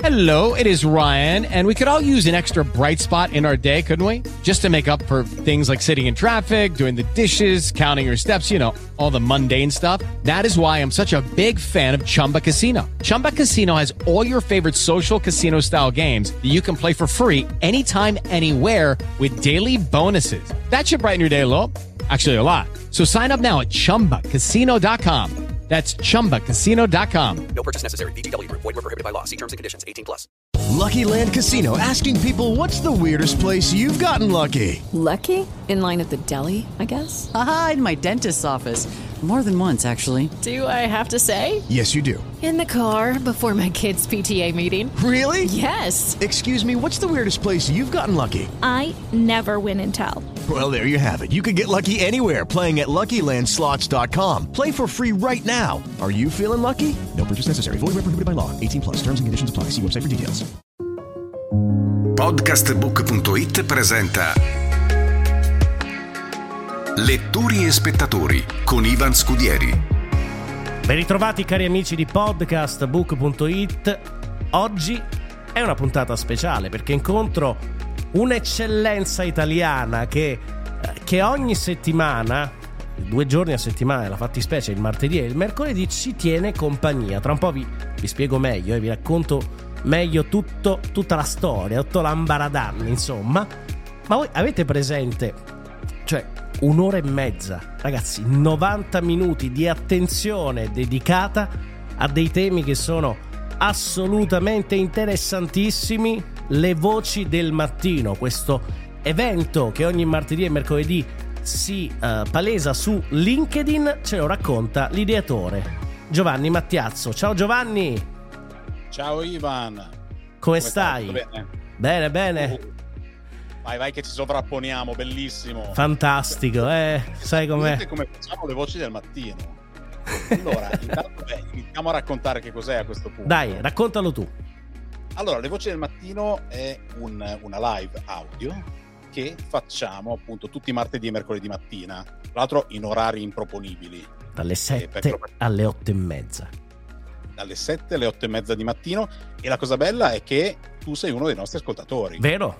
Hello, it is Ryan, and we could all use an extra bright spot in our day, couldn't we? Just to make up for things like sitting in traffic, doing the dishes, counting your steps, you know, all the mundane stuff. That is why I'm such a big fan of Chumba Casino. Chumba Casino has all your favorite social casino-style games that you can play for free anytime, anywhere with daily bonuses. That should brighten your day a little. Actually, a lot. So sign up now at ChumbaCasino.com. That's ChumbaCasino.com. No purchase necessary. VGW Group. Void where prohibited by law. See terms and conditions. 18+. Lucky Land Casino, asking people, what's the weirdest place you've gotten lucky? Lucky? In line at the deli, I guess? Aha, in my dentist's office. More than once, actually. Do I have to say? Yes, you do. In the car before my kids' PTA meeting. Really? Yes. Excuse me, what's the weirdest place you've gotten lucky? I never win and tell. Well, there you have it. You can get lucky anywhere, playing at LuckyLandSlots.com. Play for free right now. Are you feeling lucky? No purchase necessary. Void where prohibited by law. 18+. Terms and conditions apply. See website for details. Podcastbook.it presenta Lettori e spettatori con Ivan Scudieri. Ben ritrovati cari amici di Podcastbook.it. Oggi è una puntata speciale perché incontro un'eccellenza italiana che ogni settimana, 2 giorni a settimana, la fattispecie il martedì e il mercoledì, ci tiene compagnia. Tra un po' vi spiego meglio, vi racconto meglio tutta la storia, tutto l'ambaradan, insomma. Ma voi avete presente, cioè, 1 ora e mezza, ragazzi, 90 minuti di attenzione dedicata a dei temi che sono assolutamente interessantissimi. Le voci del mattino, questo evento che ogni martedì e mercoledì si palesa su LinkedIn, ce lo racconta l'ideatore Giovanni Mattiazzo. Ciao Giovanni. Ciao Ivan. Come stai? Bene. Bene. Vai che ci sovrapponiamo, bellissimo. Fantastico, sai com'è? Come facciamo le voci del mattino. Allora, intanto iniziamo a raccontare che cos'è a questo punto. Dai, raccontalo tu. Allora, le voci del mattino è una live audio che facciamo appunto tutti i martedì e mercoledì mattina, tra l'altro in orari improponibili. Dalle 7 alle 8 e mezza. Dalle 7 alle 8 e mezza di mattino, e la cosa bella è che tu sei uno dei nostri ascoltatori. Vero.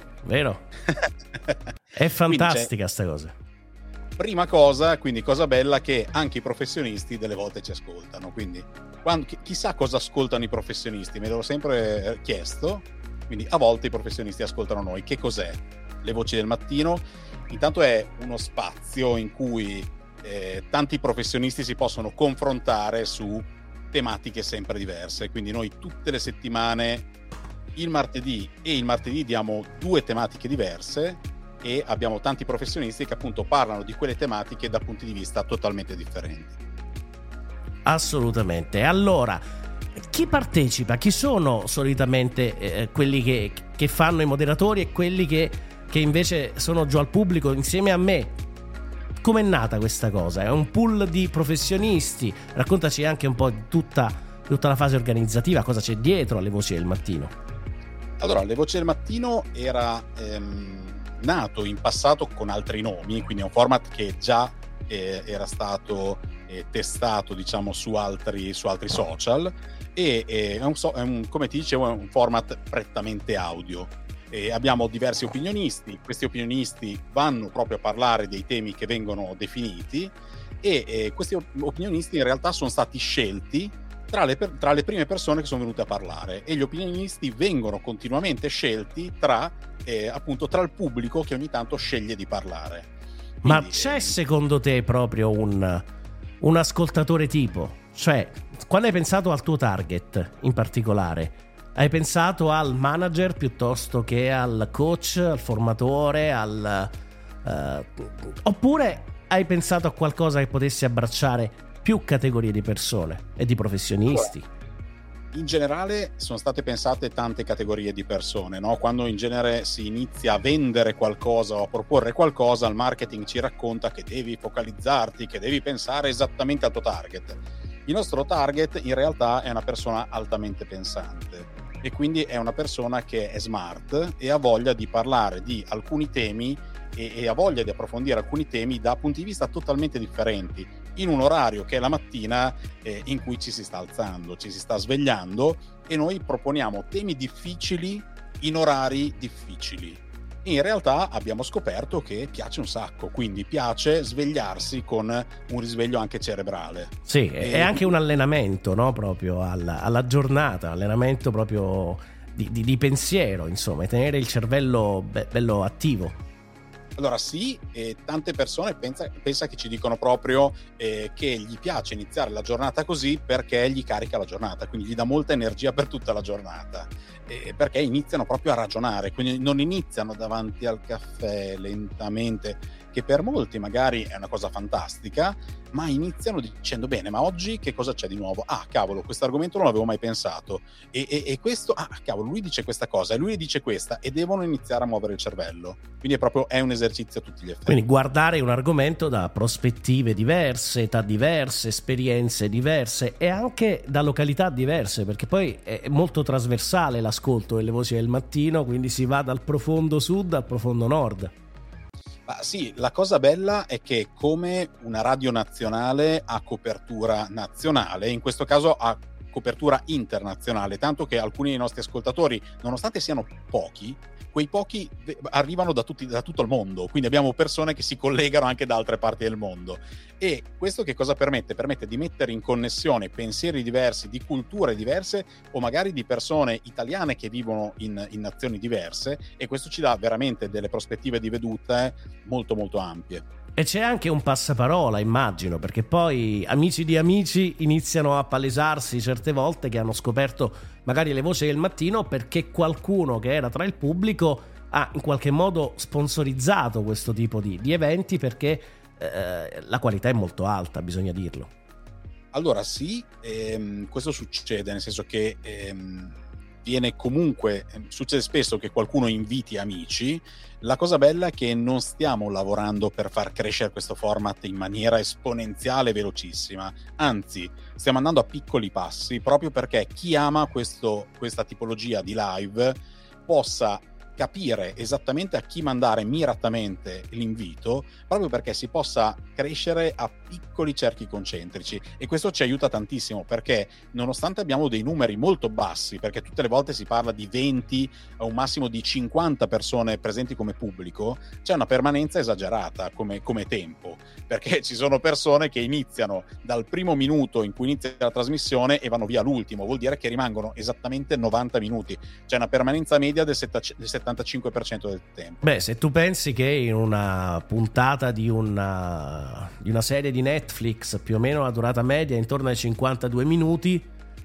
È fantastica sta cosa. Prima cosa, quindi cosa bella, che anche i professionisti delle volte ci ascoltano, quindi chissà cosa ascoltano i professionisti, me l'ho sempre chiesto, quindi a volte i professionisti ascoltano noi. Che cos'è? Le voci del mattino intanto è uno spazio in cui tanti professionisti si possono confrontare su tematiche sempre diverse, quindi noi tutte le settimane, il martedì diamo 2 tematiche diverse e abbiamo tanti professionisti che appunto parlano di quelle tematiche da punti di vista totalmente differenti. Assolutamente. Allora, chi partecipa? Chi sono solitamente quelli che fanno i moderatori e quelli che invece sono giù al pubblico insieme a me? Com'è nata questa cosa? È un pool di professionisti? Raccontaci anche un po' di tutta la fase organizzativa, cosa c'è dietro alle voci del mattino. Allora, le voci del mattino era nato in passato con altri nomi, quindi è un format che già era stato testato, diciamo, su altri social, e è come ti dicevo, è un format prettamente audio. Abbiamo diversi opinionisti, questi opinionisti vanno proprio a parlare dei temi che vengono definiti, e questi opinionisti in realtà sono stati scelti tra le prime persone che sono venute a parlare, e gli opinionisti vengono continuamente scelti tra il pubblico che ogni tanto sceglie di parlare. Quindi, ma c'è secondo te proprio un ascoltatore tipo? Cioè, quando hai pensato al tuo target in particolare, hai pensato al manager piuttosto che al coach, al formatore, oppure hai pensato a qualcosa che potesse abbracciare più categorie di persone e di professionisti? Allora, in generale sono state pensate tante categorie di persone, no? Quando in genere si inizia a vendere qualcosa o a proporre qualcosa, il marketing ci racconta che devi focalizzarti, che devi pensare esattamente al tuo target. Il nostro target in realtà è una persona altamente pensante, e quindi è una persona che è smart e ha voglia di parlare di alcuni temi e ha voglia di approfondire alcuni temi da punti di vista totalmente differenti. in un orario che è la mattina in cui ci si sta alzando, ci si sta svegliando, e noi proponiamo temi difficili in orari difficili. In realtà abbiamo scoperto che piace un sacco, quindi piace svegliarsi con un risveglio anche cerebrale. Sì, è anche un allenamento, no? Proprio alla giornata, allenamento proprio di pensiero, insomma, tenere il cervello bello attivo. Allora sì, tante persone pensa che ci dicono proprio che gli piace iniziare la giornata così perché gli carica la giornata, quindi gli dà molta energia per tutta la giornata, perché iniziano proprio a ragionare, quindi non iniziano davanti al caffè lentamente, che per molti magari è una cosa fantastica, ma iniziano dicendo: bene, ma oggi che cosa c'è di nuovo? Ah, cavolo, questo argomento non l'avevo mai pensato, e questo, ah, cavolo, lui dice questa cosa e lui dice questa, e devono iniziare a muovere il cervello, quindi è un esercizio a tutti gli effetti. Quindi guardare un argomento da prospettive diverse, età diverse, esperienze diverse e anche da località diverse, perché poi è molto trasversale l'ascolto delle voci del mattino, quindi si va dal profondo sud al profondo nord. Ma sì, la cosa bella è che come una radio nazionale ha copertura nazionale, in questo caso ha copertura internazionale, tanto che alcuni dei nostri ascoltatori, nonostante siano pochi, quei pochi arrivano da tutto il mondo, quindi abbiamo persone che si collegano anche da altre parti del mondo. E questo che cosa permette? Permette di mettere in connessione pensieri diversi, di culture diverse, o magari di persone italiane che vivono in nazioni diverse, e questo ci dà veramente delle prospettive di vedute molto molto ampie. E c'è anche un passaparola, immagino, perché poi amici di amici iniziano a palesarsi certe volte che hanno scoperto magari le voci del mattino perché qualcuno che era tra il pubblico ha in qualche modo sponsorizzato questo tipo di eventi, perché la qualità è molto alta, bisogna dirlo. Allora sì, questo succede, nel senso che succede spesso che qualcuno inviti amici. La cosa bella è che non stiamo lavorando per far crescere questo format in maniera esponenziale e velocissima, anzi stiamo andando a piccoli passi, proprio perché chi ama questa tipologia di live possa capire esattamente a chi mandare miratamente l'invito, proprio perché si possa crescere a piccoli cerchi concentrici. E questo ci aiuta tantissimo, perché nonostante abbiamo dei numeri molto bassi, perché tutte le volte si parla di 20 a un massimo di 50 persone presenti come pubblico, c'è una permanenza esagerata come tempo, perché ci sono persone che iniziano dal primo minuto in cui inizia la trasmissione e vanno via all'ultimo, vuol dire che rimangono esattamente 90 minuti, c'è una permanenza media del 75% del tempo. Beh, se tu pensi che in una puntata di una serie di Netflix più o meno la durata media è intorno ai 52 minuti,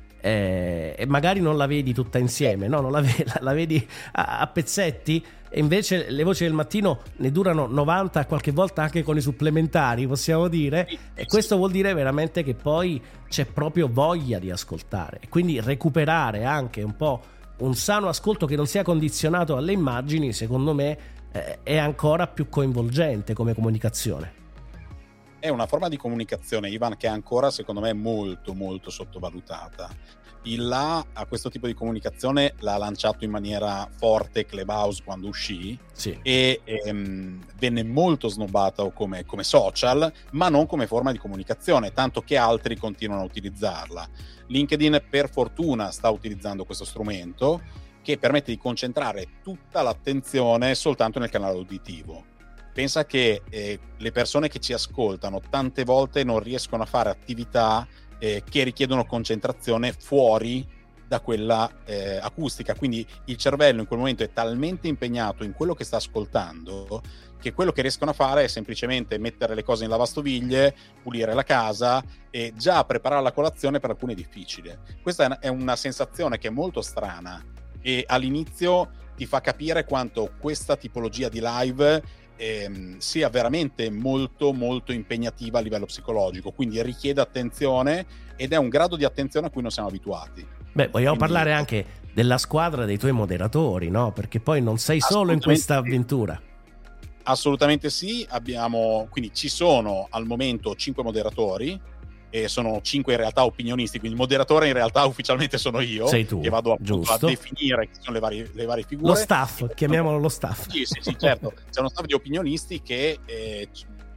e magari non la vedi tutta insieme, no? Non la vedi a pezzetti, e invece le voci del mattino ne durano 90, qualche volta anche con i supplementari, possiamo dire, e questo vuol dire veramente che poi c'è proprio voglia di ascoltare, e quindi recuperare anche un po' un sano ascolto che non sia condizionato alle immagini, secondo me è ancora più coinvolgente come comunicazione. È una forma di comunicazione, Ivan, che è ancora, secondo me, molto molto sottovalutata. Il là a questo tipo di comunicazione l'ha lanciato in maniera forte Clubhouse quando uscì, sì. E venne molto snobbato come social, ma non come forma di comunicazione, tanto che altri continuano a utilizzarla. LinkedIn per fortuna sta utilizzando questo strumento che permette di concentrare tutta l'attenzione soltanto nel canale uditivo. Pensa che le persone che ci ascoltano tante volte non riescono a fare attività che richiedono concentrazione fuori da quella acustica, quindi il cervello in quel momento è talmente impegnato in quello che sta ascoltando che quello che riescono a fare è semplicemente mettere le cose in lavastoviglie, pulire la casa, e già preparare la colazione per alcuni è difficile. Questa è una sensazione che è molto strana, e all'inizio ti fa capire quanto questa tipologia di live sia veramente molto molto impegnativa a livello psicologico, quindi richiede attenzione, ed è un grado di attenzione a cui non siamo abituati. Beh, vogliamo parlare anche della squadra dei tuoi moderatori, no? Perché poi non sei solo in questa avventura. Assolutamente sì, quindi ci sono al momento 5 moderatori, e sono 5 in realtà opinionisti, quindi il moderatore in realtà ufficialmente sono io. Sei tu, che vado a definire chi sono le varie figure. Lo staff, chiamiamolo lo staff. Sì, certo. C'è uno staff di opinionisti che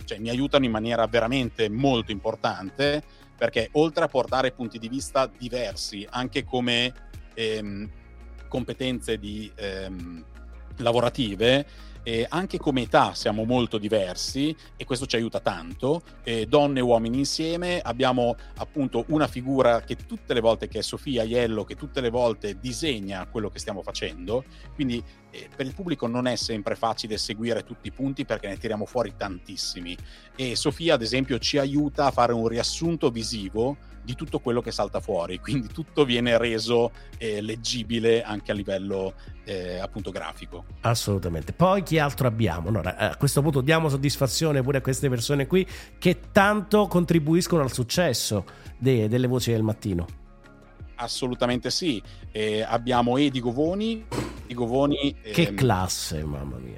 cioè mi aiutano in maniera veramente molto importante, perché oltre a portare punti di vista diversi, anche come competenze lavorative, anche come età siamo molto diversi, e questo ci aiuta tanto, donne e uomini insieme. Abbiamo appunto una figura che tutte le volte, che è Sofia Aiello, che tutte le volte disegna quello che stiamo facendo, quindi per il pubblico non è sempre facile seguire tutti i punti, perché ne tiriamo fuori tantissimi, e Sofia ad esempio ci aiuta a fare un riassunto visivo di tutto quello che salta fuori, quindi tutto viene reso leggibile anche a livello appunto grafico. Assolutamente. Poi chi altro abbiamo? No, a questo punto diamo soddisfazione pure a queste persone qui che tanto contribuiscono al successo delle Voci del Mattino. Assolutamente sì. Abbiamo Edi Govoni. Che classe, mamma mia.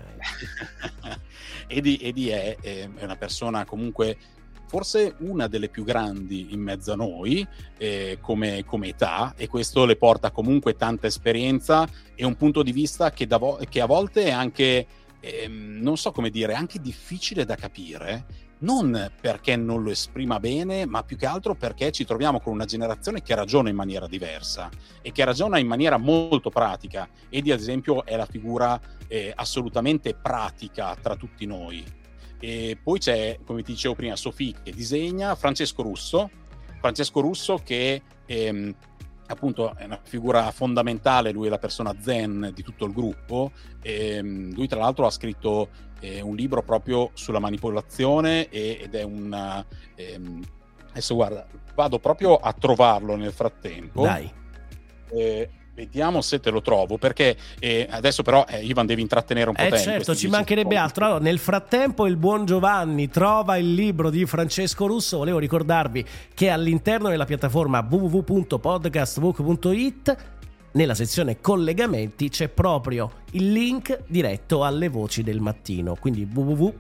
Edi è una persona comunque forse una delle più grandi in mezzo a noi come età, e questo le porta comunque tanta esperienza e un punto di vista che a volte è anche non so come dire, anche difficile da capire, non perché non lo esprima bene, ma più che altro perché ci troviamo con una generazione che ragiona in maniera diversa e che ragiona in maniera molto pratica. Edi ad esempio è la figura assolutamente pratica tra tutti noi. E poi c'è, come ti dicevo prima, Sofì che disegna, Francesco Russo che appunto è una figura fondamentale, lui è la persona zen di tutto il gruppo, lui tra l'altro ha scritto un libro proprio sulla manipolazione ed è adesso guarda, vado proprio a trovarlo nel frattempo. Dai. Vediamo se te lo trovo, perché adesso però Ivan devi intrattenere un po' te. Certo, ci mancherebbe altro. Allora, nel frattempo il buon Giovanni trova il libro di Francesco Russo. Volevo ricordarvi che all'interno della piattaforma www.podcastbook.it, nella sezione collegamenti, c'è proprio il link diretto alle Voci del Mattino, quindi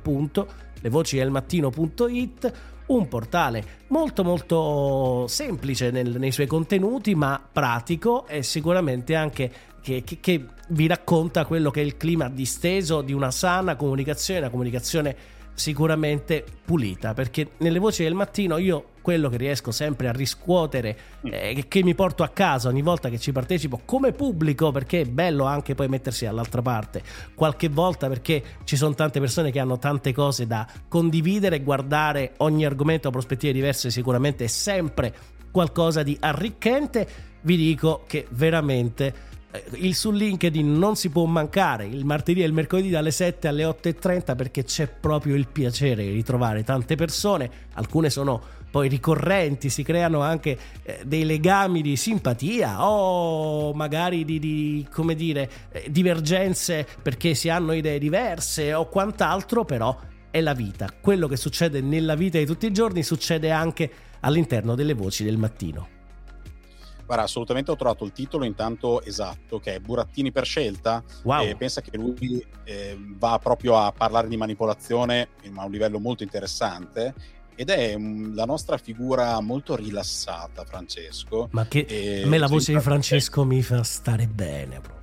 www.levocidelmattino.it, un portale molto molto semplice nei suoi contenuti, ma pratico, e sicuramente anche che vi racconta quello che è il clima disteso di una sana comunicazione, una comunicazione sicuramente pulita, perché nelle Voci del Mattino io quello che riesco sempre a riscuotere, che mi porto a casa ogni volta che ci partecipo come pubblico, perché è bello anche poi mettersi dall'altra parte qualche volta, perché ci sono tante persone che hanno tante cose da condividere, guardare ogni argomento a prospettive diverse sicuramente è sempre qualcosa di arricchente. Vi dico che veramente su LinkedIn non si può mancare il martedì e il mercoledì dalle 7 alle 8:30, perché c'è proprio il piacere di ritrovare tante persone. Alcune sono poi ricorrenti, si creano anche dei legami di simpatia o magari di come dire, divergenze perché si hanno idee diverse o quant'altro, però è la vita. Quello che succede nella vita di tutti i giorni succede anche all'interno delle Voci del Mattino. Guarda, assolutamente ho trovato il titolo intanto esatto, che è Burattini per scelta. Wow. Pensa che lui va proprio a parlare di manipolazione a un livello molto interessante, ed è la nostra figura molto rilassata, Francesco. Ma che a me la voce di Francesco mi fa stare bene proprio.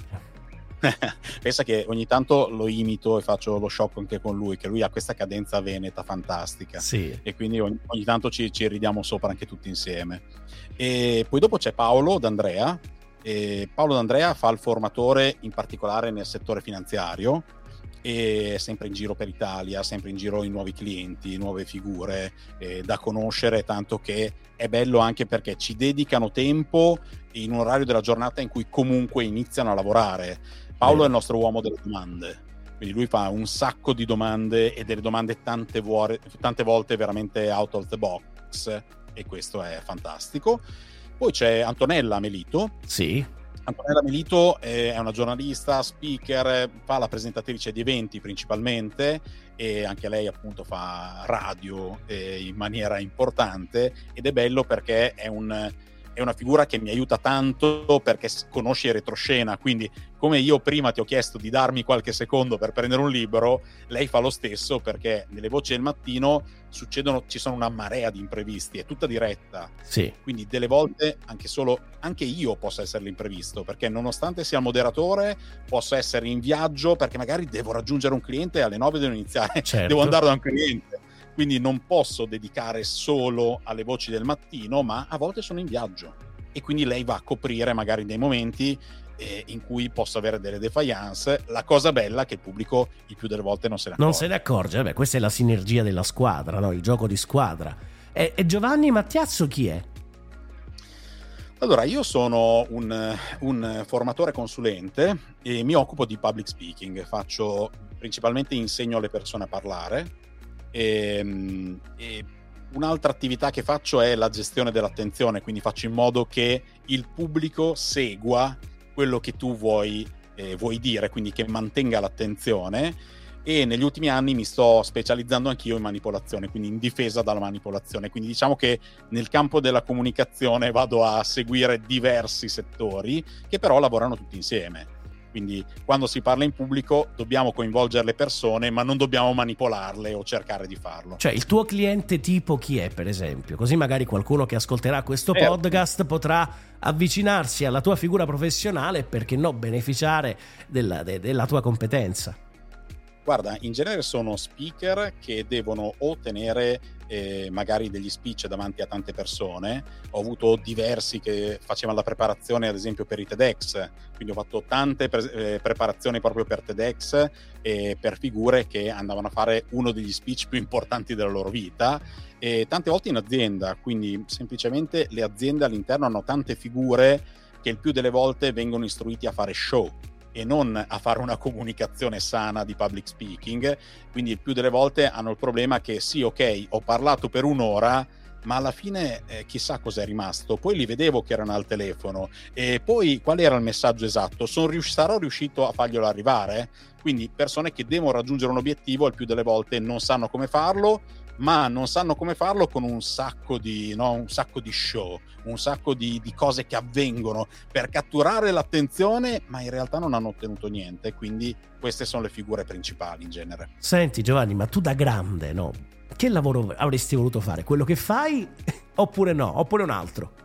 Pensa che ogni tanto lo imito e faccio lo shock anche con lui, che lui ha questa cadenza veneta fantastica, sì. E quindi ogni tanto ci ridiamo sopra anche tutti insieme. E poi dopo c'è Paolo D'Andrea, e Paolo D'Andrea fa il formatore in particolare nel settore finanziario, e sempre in giro per Italia, sempre in giro in nuovi clienti, nuove figure da conoscere, tanto che è bello anche perché ci dedicano tempo in un orario della giornata in cui comunque iniziano a lavorare. Paolo è il nostro uomo delle domande, quindi lui fa un sacco di domande, e delle domande tante volte veramente out of the box, e questo è fantastico. Poi c'è Antonella Melito. Sì. Antonella Melito è una giornalista, speaker, fa la presentatrice di eventi principalmente, e anche lei appunto fa radio in maniera importante, ed è bello perché è una figura che mi aiuta tanto, perché conosce retroscena, quindi come io prima ti ho chiesto di darmi qualche secondo per prendere un libro, lei fa lo stesso, perché nelle Voci del Mattino ci sono una marea di imprevisti, è tutta diretta, sì. Quindi delle volte anche io posso essere l'imprevisto, perché nonostante sia il moderatore posso essere in viaggio perché magari devo raggiungere un cliente e alle 9 devo iniziare, certo. Devo andare da un cliente. quindi non posso dedicare solo alle voci del mattino, ma a volte sono in viaggio e quindi lei va a coprire magari dei momenti in cui posso avere delle defiance. La cosa bella è che il pubblico il più delle volte non se ne accorge. Non se ne accorge, vabbè, questa è la sinergia della squadra, no? Il gioco di squadra. E Giovanni Mattiazzo chi è? Allora, io sono un formatore consulente e mi occupo di public speaking. Principalmente insegno alle persone a parlare e un'altra attività che faccio è la gestione dell'attenzione, quindi faccio in modo che il pubblico segua quello che tu vuoi dire, quindi che mantenga l'attenzione. E negli ultimi anni mi sto specializzando anch'io in manipolazione, quindi in difesa dalla manipolazione. Quindi diciamo che nel campo della comunicazione vado a seguire diversi settori che però lavorano tutti insieme. Quindi quando si parla in pubblico dobbiamo coinvolgere le persone, ma non dobbiamo manipolarle o cercare di farlo. Cioè, il tuo cliente tipo chi è, per esempio? Così magari qualcuno che ascolterà questo podcast potrà avvicinarsi alla tua figura professionale e, perché no, beneficiare della tua competenza. Guarda, in genere sono speaker che devono o tenere magari degli speech davanti a tante persone. Ho avuto diversi che facevano la preparazione, ad esempio, per i TEDx, quindi ho fatto tante preparazioni proprio per TEDx e per figure che andavano a fare uno degli speech più importanti della loro vita, e tante volte in azienda, quindi semplicemente le aziende all'interno hanno tante figure che il più delle volte vengono istruiti a fare show e non a fare una comunicazione sana di public speaking. Quindi il più delle volte hanno il problema che sì, ok, ho parlato per un'ora, ma alla fine chissà cos'è rimasto. Poi li vedevo che erano al telefono e poi qual era il messaggio esatto? Sarò riuscito a farglielo arrivare? Quindi persone che devono raggiungere un obiettivo il più delle volte non sanno come farlo, ma non sanno come farlo con un sacco di show, un sacco di cose che avvengono per catturare l'attenzione, ma in realtà non hanno ottenuto niente. Quindi queste sono le figure principali in genere. Senti Giovanni, ma tu da grande, no? Che lavoro avresti voluto fare? Quello che fai oppure no? Oppure un altro?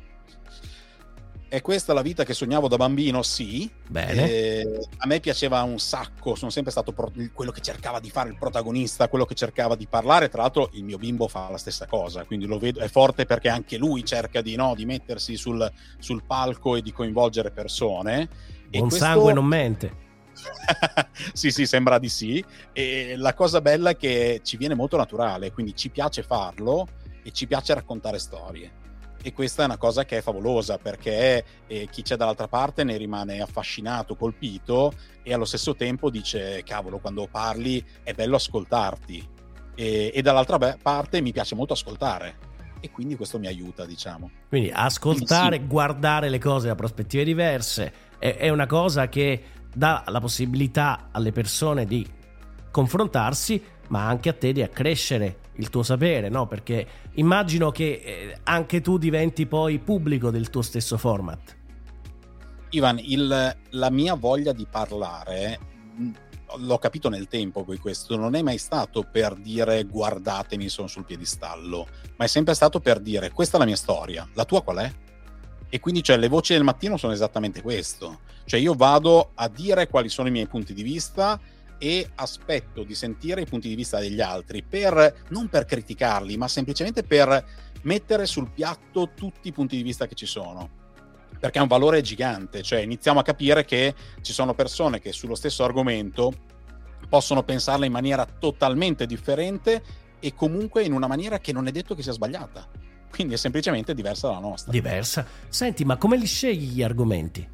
È questa la vita che sognavo da bambino? Sì. Bene. A me piaceva un sacco, sono sempre stato quello che cercava di fare il protagonista, quello che cercava di parlare. Tra l'altro il mio bimbo fa la stessa cosa, quindi lo vedo, è forte perché anche lui cerca di mettersi sul palco e di coinvolgere persone. Buon sangue non mente. Sì, sembra di sì. E la cosa bella è che ci viene molto naturale, quindi ci piace farlo e ci piace raccontare storie. E questa è una cosa che è favolosa, perché chi c'è dall'altra parte ne rimane affascinato, colpito, e allo stesso tempo dice cavolo, quando parli è bello ascoltarti, e dall'altra parte mi piace molto ascoltare, e quindi questo mi aiuta, diciamo. Quindi ascoltare, sì. Guardare le cose da prospettive diverse è una cosa che dà la possibilità alle persone di confrontarsi, ma anche a te di accrescere il tuo sapere, no? Perché immagino che anche tu diventi poi pubblico del tuo stesso format. Ivan, la mia voglia di parlare, l'ho capito nel tempo, poi questo non è mai stato per dire guardatemi, sono sul piedistallo, ma è sempre stato per dire questa è la mia storia, la tua qual è? E quindi le voci del mattino sono esattamente questo, cioè io vado a dire quali sono i miei punti di vista e aspetto di sentire i punti di vista degli altri, non per criticarli, ma semplicemente per mettere sul piatto tutti i punti di vista che ci sono, perché ha un valore gigante. Cioè iniziamo a capire che ci sono persone che sullo stesso argomento possono pensarla in maniera totalmente differente e comunque in una maniera che non è detto che sia sbagliata, quindi è semplicemente diversa dalla nostra. Diversa. Senti, ma come li scegli gli argomenti?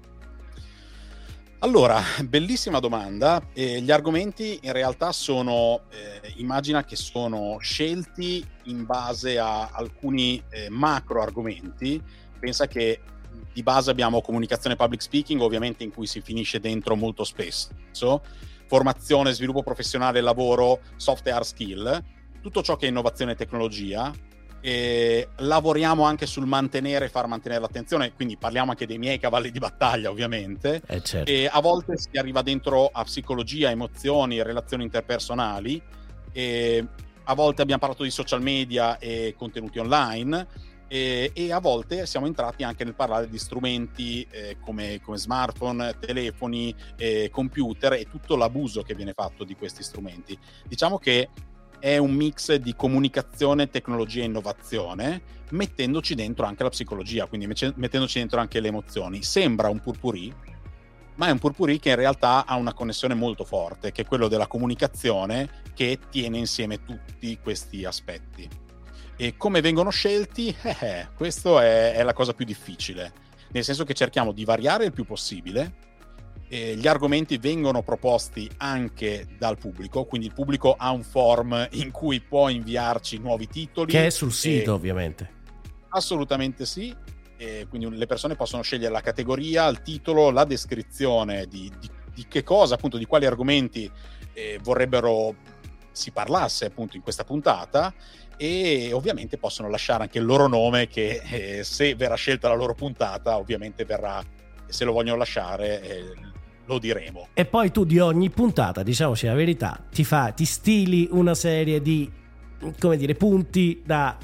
Allora, bellissima domanda. Gli argomenti in realtà immagina che sono scelti in base a alcuni macro argomenti. Pensa che di base abbiamo comunicazione public speaking, ovviamente, in cui si finisce dentro molto spesso, formazione, sviluppo professionale, lavoro, soft e hard skill, tutto ciò che è innovazione e tecnologia. Lavoriamo anche sul far mantenere l'attenzione, quindi parliamo anche dei miei cavalli di battaglia, ovviamente. Certo. E a volte si arriva dentro a psicologia, emozioni, relazioni interpersonali, e a volte abbiamo parlato di social media e contenuti online, e a volte siamo entrati anche nel parlare di strumenti come smartphone, telefoni, computer e tutto l'abuso che viene fatto di questi strumenti. Diciamo che è un mix di comunicazione, tecnologia e innovazione, mettendoci dentro anche la psicologia, quindi mettendoci dentro anche le emozioni. Sembra un potpourri, ma è un potpourri che in realtà ha una connessione molto forte, che è quello della comunicazione, che tiene insieme tutti questi aspetti. E come vengono scelti? Questo è la cosa più difficile, nel senso che cerchiamo di variare il più possibile. Gli argomenti vengono proposti anche dal pubblico, quindi il pubblico ha un form in cui può inviarci nuovi titoli. Che è sul sito, ovviamente. Assolutamente sì. Quindi le persone possono scegliere la categoria, il titolo, la descrizione di che cosa, appunto, di quali argomenti vorrebbero si parlasse appunto in questa puntata, e ovviamente possono lasciare anche il loro nome, che se verrà scelta la loro puntata ovviamente verrà, se lo vogliono lasciare lo diremo. E poi tu di ogni puntata, diciamoci la verità, ti stili una serie di, come dire, punti da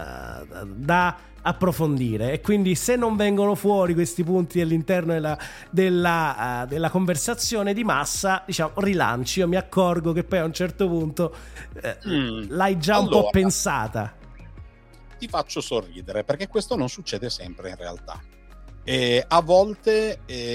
approfondire, e quindi se non vengono fuori questi punti all'interno della conversazione di massa, diciamo, rilanci. Io mi accorgo che poi a un certo punto l'hai già un po' pensata. Ti faccio sorridere, perché questo non succede sempre in realtà. A volte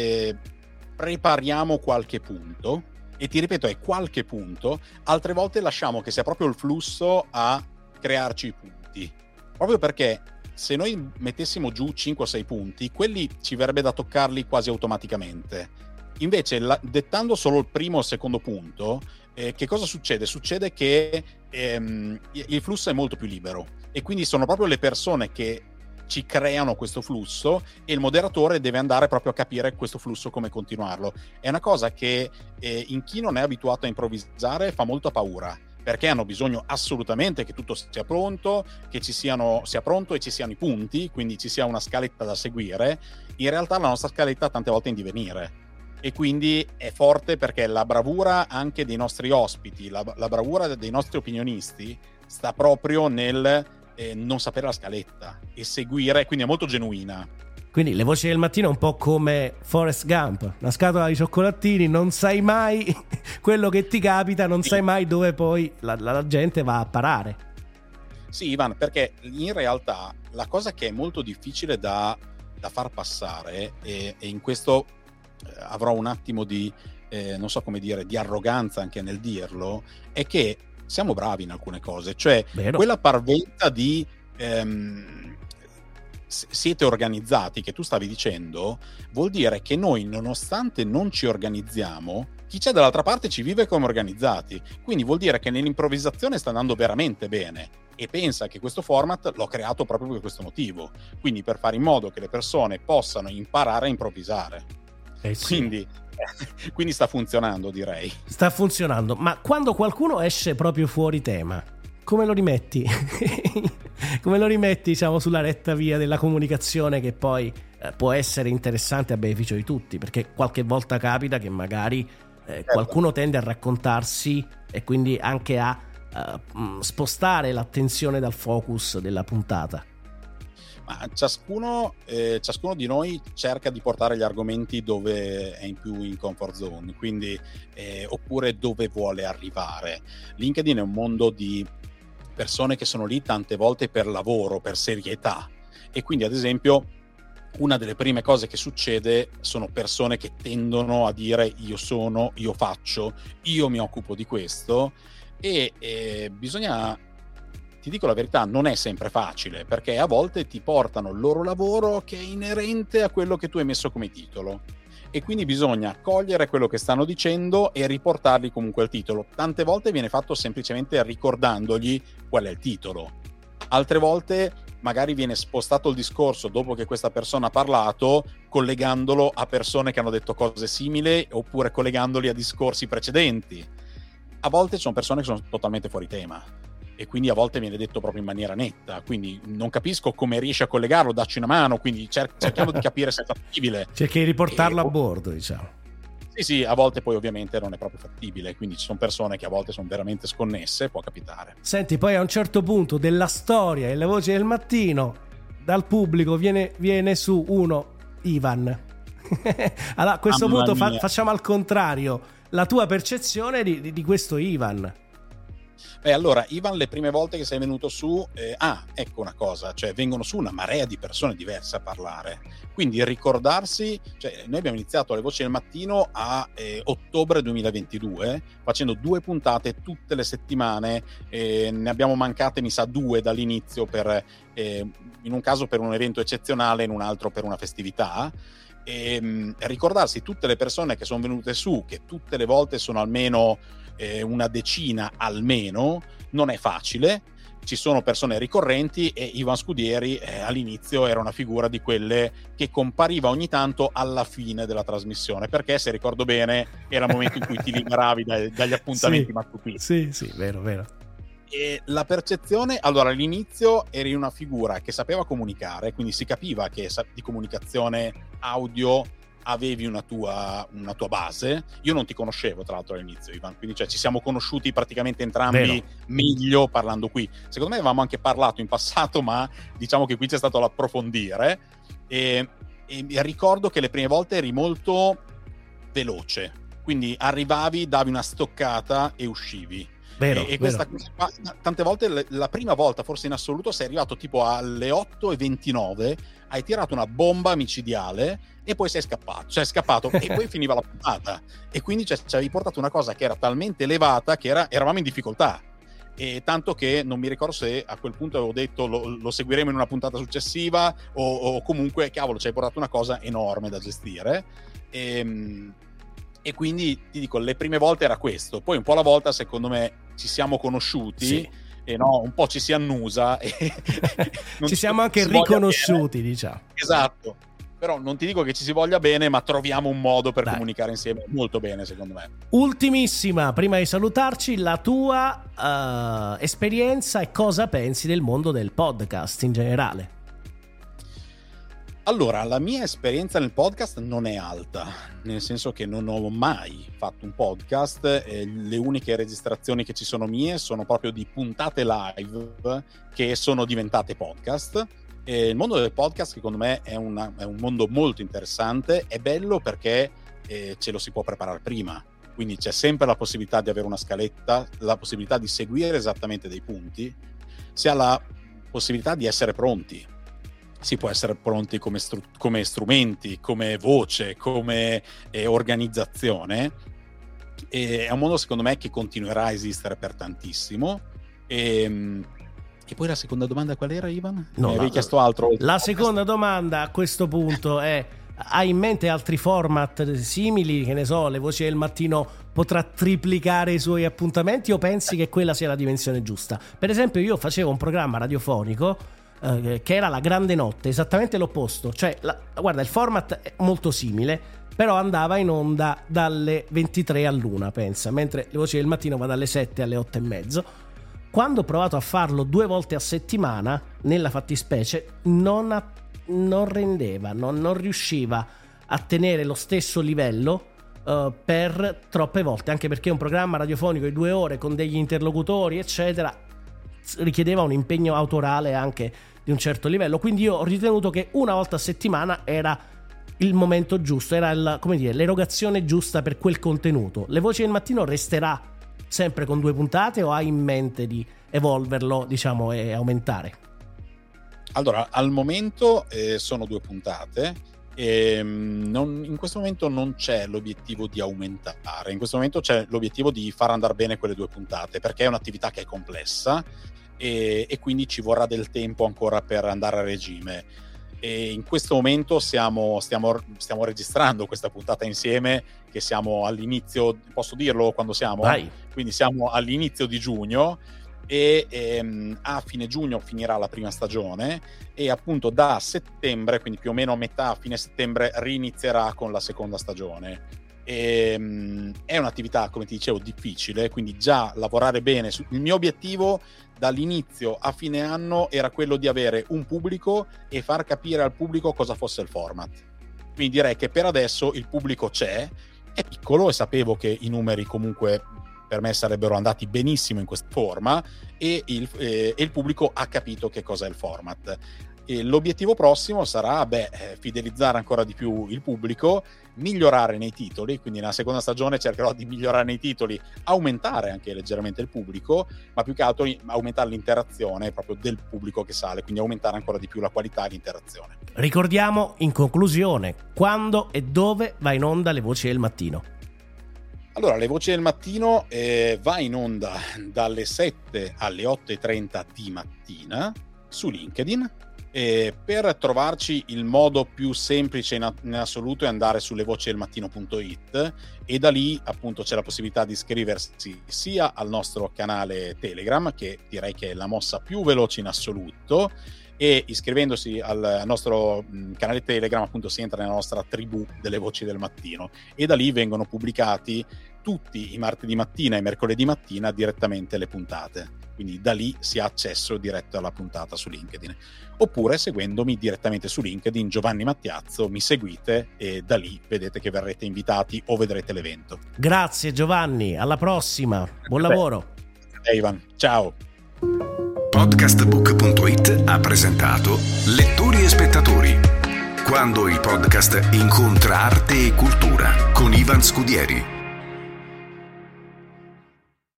prepariamo qualche punto, e ti ripeto, è qualche punto, altre volte lasciamo che sia proprio il flusso a crearci i punti, proprio perché se noi mettessimo giù 5 o 6 punti, quelli ci verrebbe da toccarli quasi automaticamente. Invece, dettando solo il primo o il secondo punto, che cosa succede? Succede che il flusso è molto più libero, e quindi sono proprio le persone che ci creano questo flusso, e il moderatore deve andare proprio a capire questo flusso, come continuarlo. È una cosa che in chi non è abituato a improvvisare fa molta paura, perché hanno bisogno assolutamente che tutto sia pronto, che sia pronto e ci siano i punti, quindi ci sia una scaletta da seguire. In realtà la nostra scaletta tante volte è in divenire, e quindi è forte, perché la bravura anche dei nostri ospiti, la bravura dei nostri opinionisti sta proprio nel non sapere la scaletta e seguire, quindi è molto genuina. Quindi le voci del mattino è un po' come Forrest Gump, una scatola di cioccolatini, non sai mai quello che ti capita, non sai mai dove poi la gente va a parare. Sì, Ivan, perché in realtà la cosa che è molto difficile da far passare, e in questo avrò un attimo di non so come dire, di arroganza anche nel dirlo, è che siamo bravi in alcune cose, cioè Vero. Quella parvenza di siete organizzati che tu stavi dicendo, vuol dire che noi, nonostante non ci organizziamo, chi c'è dall'altra parte ci vive come organizzati, quindi vuol dire che nell'improvvisazione sta andando veramente bene, e pensa che questo format l'ho creato proprio per questo motivo, quindi per fare in modo che le persone possano imparare a improvvisare. Sì. Quindi sta funzionando, direi. Sta funzionando, ma quando qualcuno esce proprio fuori tema, come lo rimetti? Come lo rimetti, diciamo, sulla retta via della comunicazione, che poi può essere interessante a beneficio di tutti, perché qualche volta capita che magari qualcuno tende a raccontarsi, e quindi anche a spostare l'attenzione dal focus della puntata. Ma ciascuno di noi cerca di portare gli argomenti dove è più in comfort zone, quindi oppure dove vuole arrivare. LinkedIn è un mondo di persone che sono lì tante volte per lavoro, per serietà, e quindi ad esempio una delle prime cose che succede sono persone che tendono a dire io faccio, io mi occupo di questo, e bisogna, ti dico la verità, non è sempre facile, perché a volte ti portano il loro lavoro che è inerente a quello che tu hai messo come titolo, e quindi bisogna cogliere quello che stanno dicendo e riportarli comunque al titolo. Tante volte viene fatto semplicemente ricordandogli qual è il titolo, altre volte magari viene spostato il discorso dopo che questa persona ha parlato, collegandolo a persone che hanno detto cose simili, oppure collegandoli a discorsi precedenti. A volte ci sono persone che sono totalmente fuori tema, e quindi a volte viene detto proprio in maniera netta, quindi non capisco come riesci a collegarlo, dacci una mano, quindi cerchiamo di capire se è fattibile. Cerchi di riportarlo a bordo, diciamo. Sì, a volte poi ovviamente non è proprio fattibile, quindi ci sono persone che a volte sono veramente sconnesse, può capitare. Senti, poi a un certo punto della storia e le voci del mattino, dal pubblico viene su uno, Ivan. Allora a questo punto facciamo al contrario, la tua percezione di questo Ivan. Beh, allora, Ivan, le prime volte che sei venuto su, ecco una cosa, cioè vengono su una marea di persone diverse a parlare, quindi ricordarsi, cioè noi abbiamo iniziato Le Voci del Mattino a ottobre 2022, facendo 2 puntate tutte le settimane, ne abbiamo mancate mi sa 2 dall'inizio, per in un caso per un evento eccezionale, in un altro per una festività. Ricordarsi tutte le persone che sono venute su, che tutte le volte sono almeno una decina almeno, non è facile. Ci sono persone ricorrenti e Ivan Scudieri all'inizio era una figura di quelle che compariva ogni tanto alla fine della trasmissione, perché se ricordo bene era il momento in cui ti liberavi dagli appuntamenti mattutini. Sì, vero. E la percezione, allora all'inizio eri una figura che sapeva comunicare, quindi si capiva che di comunicazione audio avevi una tua base. Io non ti conoscevo tra l'altro all'inizio, Ivan, quindi ci siamo conosciuti praticamente entrambi meglio parlando qui. Secondo me avevamo anche parlato in passato, ma diciamo che qui c'è stato l'approfondire, e ricordo che le prime volte eri molto veloce, quindi arrivavi, davi una stoccata e uscivi. E questa cosa qua, tante volte, la prima volta forse in assoluto sei arrivato tipo alle 8:29, hai tirato una bomba micidiale e poi sei scappato e poi finiva la puntata, e quindi ci avevi portato una cosa che era talmente elevata che eravamo in difficoltà, e tanto che non mi ricordo se a quel punto avevo detto lo seguiremo in una puntata successiva o comunque cavolo, ci hai portato una cosa enorme da gestire. E quindi ti dico, le prime volte era questo, poi un po' alla volta secondo me ci siamo conosciuti, e un po' ci si annusa e ci siamo anche riconosciuti, diciamo. Esatto, però non ti dico che ci si voglia bene, ma troviamo un modo per comunicare insieme molto bene, secondo me. Ultimissima, prima di salutarci, la tua esperienza e cosa pensi del mondo del podcast in generale? Allora, la mia esperienza nel podcast non è alta, nel senso che non ho mai fatto un podcast, le uniche registrazioni che ci sono mie sono proprio di puntate live che sono diventate podcast. Il mondo del podcast secondo me è un mondo molto interessante, è bello perché ce lo si può preparare prima, quindi c'è sempre la possibilità di avere una scaletta, la possibilità di seguire esattamente dei punti, si ha la possibilità di essere pronti. Si può essere pronti come strumenti, come voce, come organizzazione. È un mondo secondo me che continuerà a esistere per tantissimo. E poi la seconda domanda qual era, Ivan? No, avevi chiesto altro? La seconda domanda a questo punto è: hai in mente altri format simili? Che ne so, Le Voci del Mattino potrà triplicare i suoi appuntamenti, o pensi che quella sia la dimensione giusta? Per esempio, io facevo un programma radiofonico che era La Grande Notte, esattamente l'opposto, cioè guarda, il format è molto simile, però andava in onda dalle 23 all'1, pensa, mentre Le Voci del Mattino va dalle 7 alle 8:30. Quando ho provato a farlo 2 volte a settimana, nella fattispecie non rendeva, non riusciva a tenere lo stesso livello per troppe volte, anche perché un programma radiofonico di 2 ore con degli interlocutori eccetera richiedeva un impegno autorale anche di un certo livello, quindi io ho ritenuto che una volta a settimana era il momento giusto, era l'erogazione giusta per quel contenuto. Le Voci del Mattino resterà sempre con 2 puntate o hai in mente di evolverlo, diciamo, e aumentare? Allora, al momento sono 2 puntate. In questo momento non c'è l'obiettivo di aumentare, in questo momento c'è l'obiettivo di far andare bene quelle 2 puntate, perché è un'attività che è complessa e quindi ci vorrà del tempo ancora per andare a regime. E in questo momento stiamo registrando questa puntata insieme, che siamo all'inizio, posso dirlo quando siamo? Vai. Quindi siamo all'inizio di giugno e a fine giugno finirà la prima stagione, e appunto da settembre, quindi più o meno a metà, fine settembre, rinizierà con la seconda stagione. È un'attività, come ti dicevo, difficile, quindi già lavorare bene il mio obiettivo dall'inizio a fine anno era quello di avere un pubblico e far capire al pubblico cosa fosse il format. Quindi direi che per adesso il pubblico c'è, è piccolo e sapevo che i numeri comunque per me sarebbero andati benissimo in questa forma, e il pubblico ha capito che cos'è il format. E l'obiettivo prossimo sarà fidelizzare ancora di più il pubblico, migliorare nei titoli, quindi nella seconda stagione cercherò di migliorare nei titoli, aumentare anche leggermente il pubblico, ma più che altro aumentare l'interazione proprio del pubblico che sale, quindi aumentare ancora di più la qualità di interazione. Ricordiamo in conclusione quando e dove va in onda Le Voci del Mattino. Allora, Le Voci del Mattino va in onda dalle 7 alle 8:30 di mattina su LinkedIn. Per trovarci il modo più semplice in assoluto è andare su levocidelmattino.it, e da lì appunto c'è la possibilità di iscriversi sia al nostro canale Telegram, che direi che è la mossa più veloce in assoluto, e iscrivendosi al nostro canale Telegram appunto si entra nella nostra tribù delle Voci del Mattino, e da lì vengono pubblicati tutti i martedì mattina e mercoledì mattina direttamente le puntate, quindi da lì si ha accesso diretto alla puntata su LinkedIn, oppure seguendomi direttamente su LinkedIn, Giovanni Mattiazzo, mi seguite e da lì vedete che verrete invitati o vedrete l'evento. Grazie Giovanni, alla prossima, buon lavoro. Ivan, ciao. Podcastbook.it ha presentato Lettori e spettatori, quando il podcast incontra arte e cultura, con Ivan Scudieri.